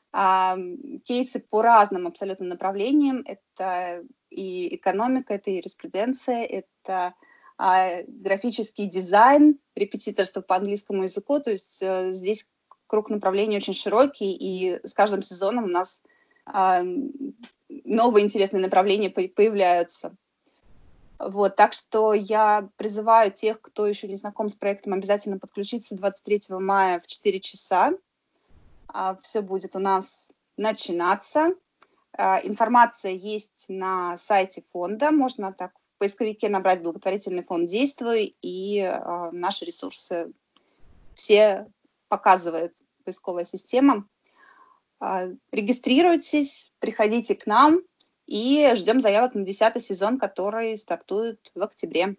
А, кейсы по разным абсолютно направлениям. Это и экономика, это и юриспруденция, это а, графический дизайн, репетиторство по английскому языку. То есть а, здесь круг направлений очень широкий, и с каждым сезоном у нас а, новые интересные направления появляются. Вот, так что я призываю тех, кто еще не знаком с проектом, обязательно подключиться двадцать третьего мая в четыре часа. Все будет у нас начинаться. Информация есть на сайте фонда. Можно так в поисковике набрать «Благотворительный фонд Действуй», и наши ресурсы все показывает поисковая система. Регистрируйтесь, приходите к нам и ждем заявок на десятый сезон, который стартует в октябре.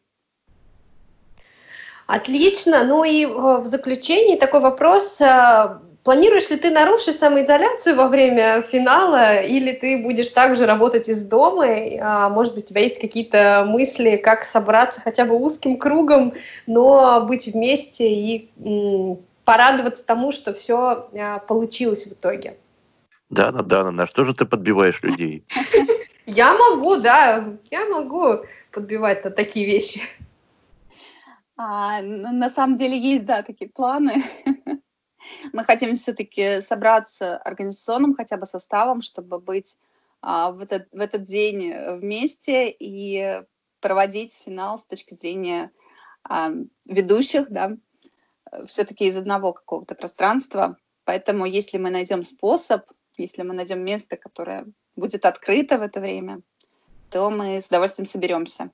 Отлично. Ну и в заключении такой вопрос. Планируешь ли ты нарушить самоизоляцию во время финала, или ты будешь также работать из дома? А, может быть, у тебя есть какие-то мысли, как собраться хотя бы узким кругом, но быть вместе и м, порадоваться тому, что все а, получилось в итоге? Дана, Дана, на что же ты подбиваешь людей? Я могу, да, я могу подбивать на такие вещи. А, ну, на самом деле есть, да, такие планы. Мы хотим все-таки собраться организационным хотя бы составом, чтобы быть а, в, этот, в этот день вместе и проводить финал с точки зрения а, ведущих, да, все-таки из одного какого-то пространства. Поэтому если мы найдем способ, если мы найдем место, которое будет открыто в это время, то мы с удовольствием соберемся.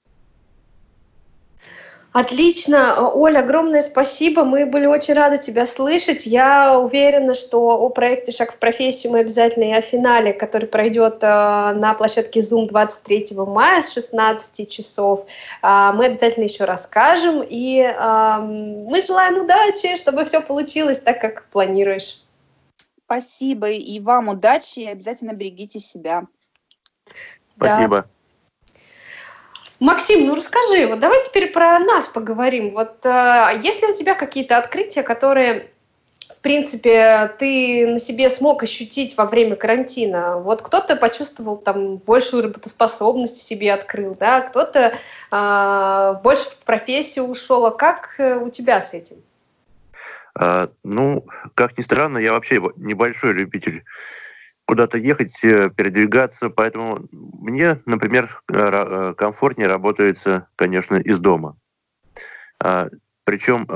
Отлично. Оля, огромное спасибо. Мы были очень рады тебя слышать. Я уверена, что о проекте «Шаг в профессию» мы обязательно и о финале, который пройдет на площадке Zoom двадцать третьего мая с шестнадцати часов, мы обязательно еще расскажем. И мы желаем удачи, чтобы все получилось так, как планируешь. Спасибо. И вам удачи. И обязательно берегите себя. Спасибо. Да. Максим, ну расскажи, вот давай теперь про нас поговорим. Вот э, есть ли у тебя какие-то открытия, которые, в принципе, ты на себе смог ощутить во время карантина? Вот кто-то почувствовал там большую работоспособность в себе открыл, да, кто-то э, больше в профессию ушел. А как у тебя с этим? А, ну, как ни странно, я вообще небольшой любитель куда-то ехать, передвигаться, поэтому мне, например, комфортнее работается, конечно, из дома. Причем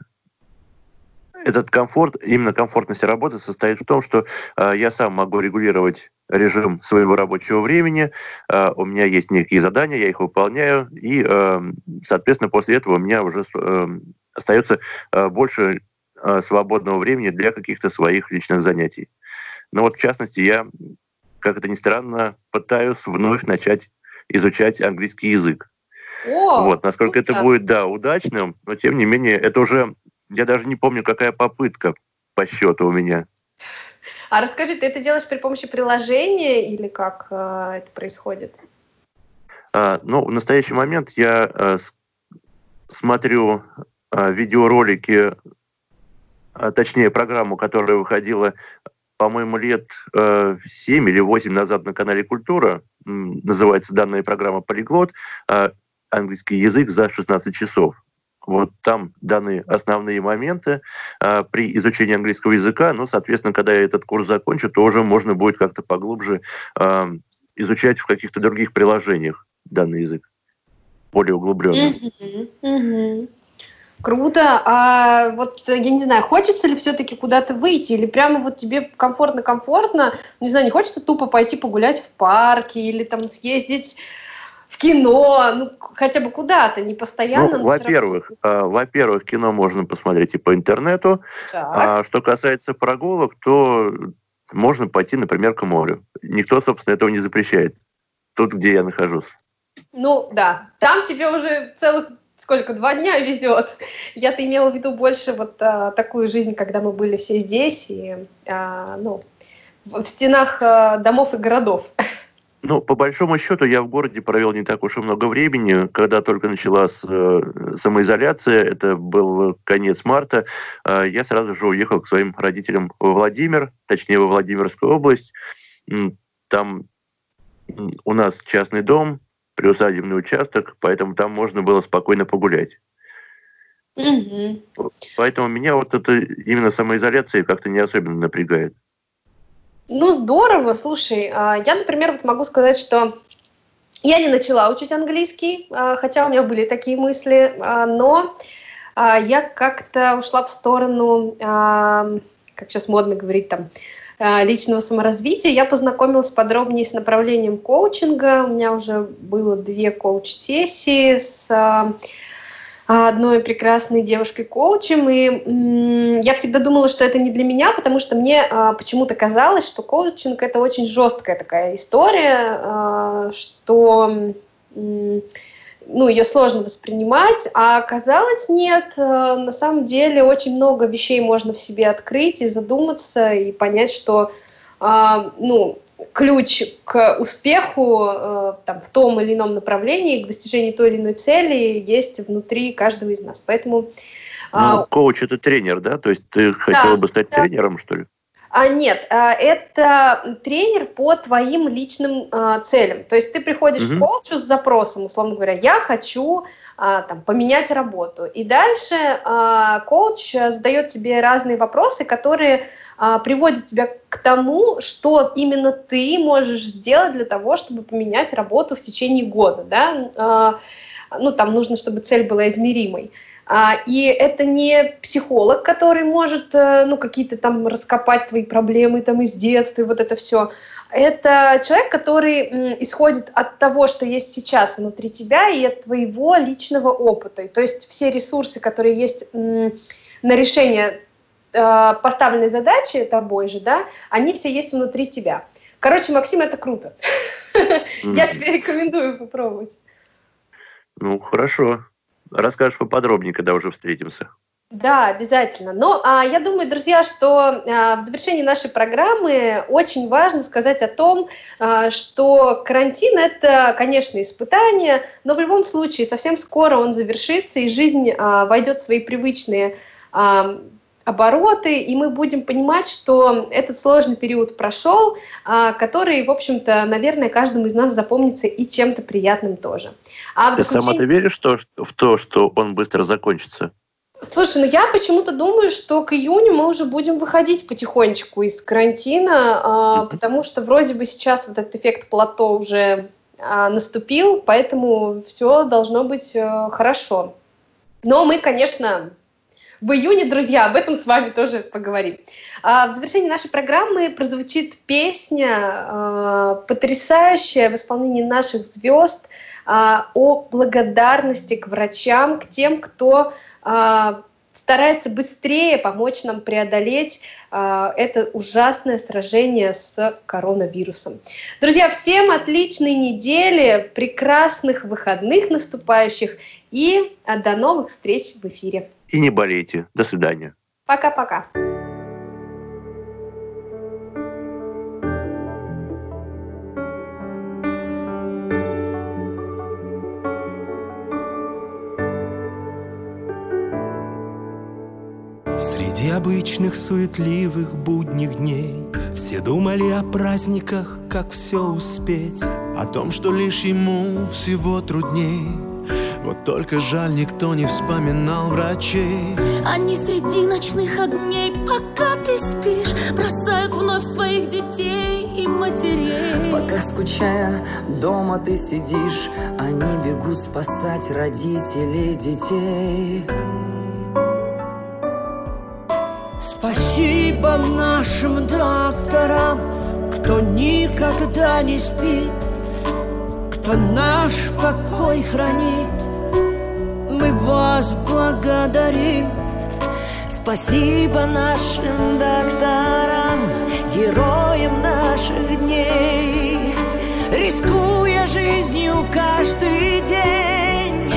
этот комфорт, именно комфортность работы состоит в том, что я сам могу регулировать режим своего рабочего времени, у меня есть некие задания, я их выполняю, и, соответственно, после этого у меня уже остается больше свободного времени для каких-то своих личных занятий. Но вот, в частности, я, как это ни странно, пытаюсь вновь начать изучать английский язык. О, вот, насколько круто. это будет, да, удачным, но, тем не менее, это уже, я даже не помню, какая попытка по счету у меня. А расскажи, ты это делаешь при помощи приложения или как э, это происходит? А, ну, в настоящий момент я а, с, смотрю а, видеоролики, а, точнее, программу, которая выходила, по-моему, лет э, семь или восемь назад на канале «Культура». Называется данная программа «Полиглот». Э, английский язык за шестнадцать часов. Вот там даны основные моменты э, при изучении английского языка. Ну, соответственно, когда я этот курс закончу, то уже можно будет как-то поглубже э, изучать в каких-то других приложениях данный язык. Более углубленно. Mm-hmm. Mm-hmm. Круто. А вот, я не знаю, хочется ли все-таки куда-то выйти, или прямо вот тебе комфортно-комфортно, не знаю, не хочется тупо пойти погулять в парке, или там съездить в кино, ну, хотя бы куда-то, не постоянно. Ну, во-первых, равно... во-первых, кино можно посмотреть и по интернету. А что касается прогулок, то можно пойти, например, к морю. Никто, собственно, этого не запрещает. Тут, где я нахожусь. Ну, да. Там тебе уже целых сколько, два дня везет. Я-то имела в виду больше вот а, такую жизнь, когда мы были все здесь, и, а, ну, в стенах а, домов и городов. Ну, по большому счету, я в городе провел не так уж и много времени. Когда только началась э, самоизоляция, это был конец марта, э, я сразу же уехал к своим родителям во Владимир, точнее, во Владимирскую область. Там у нас частный дом, приусадебный участок, поэтому там можно было спокойно погулять. Mm-hmm. Поэтому меня вот это именно самоизоляция как-то не особенно напрягает. Ну, здорово, слушай, я, например, вот могу сказать, что я не начала учить английский, хотя у меня были такие мысли, но я как-то ушла в сторону, как сейчас модно говорить, там, личного саморазвития. Я познакомилась подробнее с направлением коучинга, у меня уже было две коуч-сессии с одной прекрасной девушкой-коучем, и м- я всегда думала, что это не для меня, потому что мне а, почему-то казалось, что коучинг — это очень жесткая такая история, а, что м- ну, ее сложно воспринимать, а оказалось нет. А, на самом деле очень много вещей можно в себе открыть и задуматься, и понять, что а, ну, ключ к успеху э, там, в том или ином направлении, к достижению той или иной цели есть внутри каждого из нас. Поэтому... Ну, э, коуч — это тренер, да? То есть ты хотела да, бы стать да. тренером, что ли? А, нет, а, это тренер по твоим личным а, целям. То есть ты приходишь угу. к коучу с запросом, условно говоря, я хочу а, там, поменять работу. И дальше а, коуч задает тебе разные вопросы, которые... приводит тебя к тому, что именно ты можешь сделать для того, чтобы поменять работу в течение года, да, ну, там нужно, чтобы цель была измеримой. И это не психолог, который может, ну, какие-то там раскопать твои проблемы там из детства и вот это все. Это человек, который исходит от того, что есть сейчас внутри тебя и от твоего личного опыта. То есть все ресурсы, которые есть на решение поставленной задачи тобой же, да, они все есть внутри тебя. Короче, Максим, это круто. Mm-hmm. Я тебе рекомендую попробовать. Ну, хорошо. Расскажешь поподробнее, когда уже встретимся. Да, обязательно. Но а, я думаю, друзья, что а, в завершении нашей программы очень важно сказать о том, а, что карантин – это, конечно, испытание, но в любом случае совсем скоро он завершится, и жизнь а, войдет в свои привычные а, обороты, и мы будем понимать, что этот сложный период прошел, который, в общем-то, наверное, каждому из нас запомнится и чем-то приятным тоже. А в Ты заключение... сама-то веришь в то, в то, что он быстро закончится? Слушай, ну я почему-то думаю, что к июню мы уже будем выходить потихонечку из карантина, mm-hmm. потому что вроде бы сейчас вот этот эффект плато уже наступил, поэтому все должно быть хорошо. Но мы, конечно... В июне, друзья, об этом с вами тоже поговорим. А в завершении нашей программы прозвучит песня, а, потрясающая в исполнении наших звезд, а, о благодарности к врачам, к тем, кто а, старается быстрее помочь нам преодолеть а, это ужасное сражение с коронавирусом. Друзья, всем отличной недели, прекрасных выходных наступающих и а, до новых встреч в эфире. И не болейте. До свидания. Пока-пока. Среди обычных суетливых будних дней все думали о праздниках, как все успеть, о том, что лишь ему всего трудней. Вот только жаль, никто не вспоминал врачей. Они среди ночных огней, пока ты спишь, бросают вновь своих детей и матерей. Пока, скучая, дома ты сидишь, они бегут спасать родителей детей. Спасибо нашим докторам, кто никогда не спит, кто наш покой хранит. Мы вас благодарим. Спасибо нашим докторам, героям наших дней, рискуя жизнью каждый день,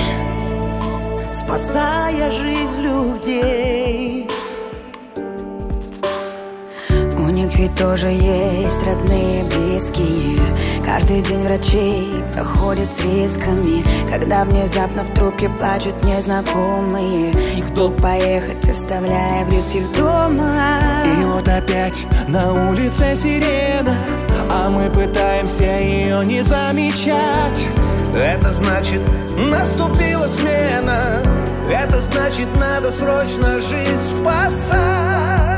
спасая жизнь людей. У них ведь тоже есть родные, близкие. Каждый день врачей проходит с рисками, когда внезапно в трубке плачут незнакомые. Их долг поехать, оставляя близких дома. И вот опять на улице сирена, а мы пытаемся ее не замечать. Это значит, наступила смена. Это значит, надо срочно жизнь спасать.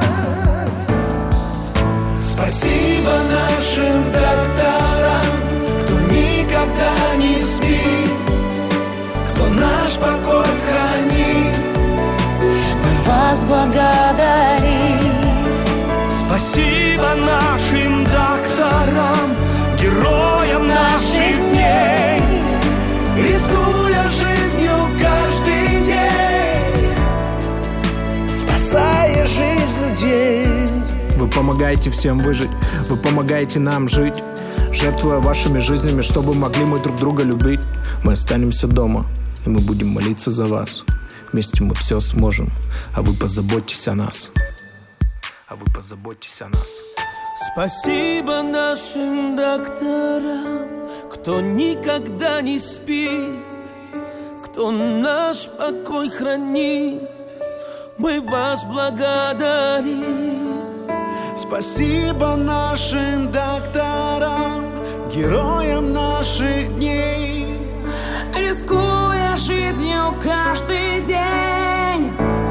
Спасибо нашим докторам, кто никогда не спит, кто наш покой хранит. Мы вас благодарим. Спасибо нашим докторам, героям наших дней, рискуя жизнью каждый день, спасая жизнь людей. Вы помогаете всем выжить, вы помогаете нам жить, жертвуя вашими жизнями, чтобы могли мы друг друга любить. Мы останемся дома, и мы будем молиться за вас. Вместе мы все сможем, а вы позаботьтесь о нас. А вы позаботьтесь о нас. Спасибо нашим докторам, кто никогда не спит, кто наш покой хранит. Мы вас благодарим. Спасибо нашим докторам, героям наших дней, рискуя жизнью каждый день,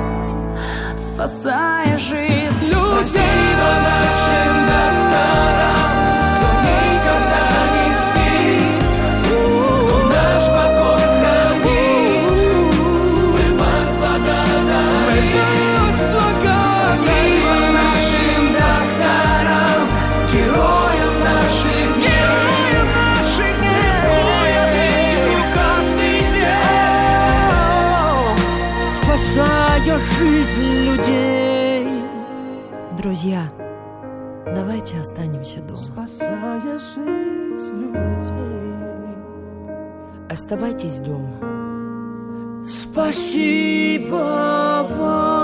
спасая жизнь людей. Спасибо нашим докторам, кто никогда не спит, кто наш покой хранит. Мы вас благодарим. Спасибо нашим докторам, героям наших дней, рискуя жизнью каждый день, спасая жизнь людей. Друзья, давайте останемся дома. Спасая жизнь людей. Оставайтесь дома. Спасибо вам.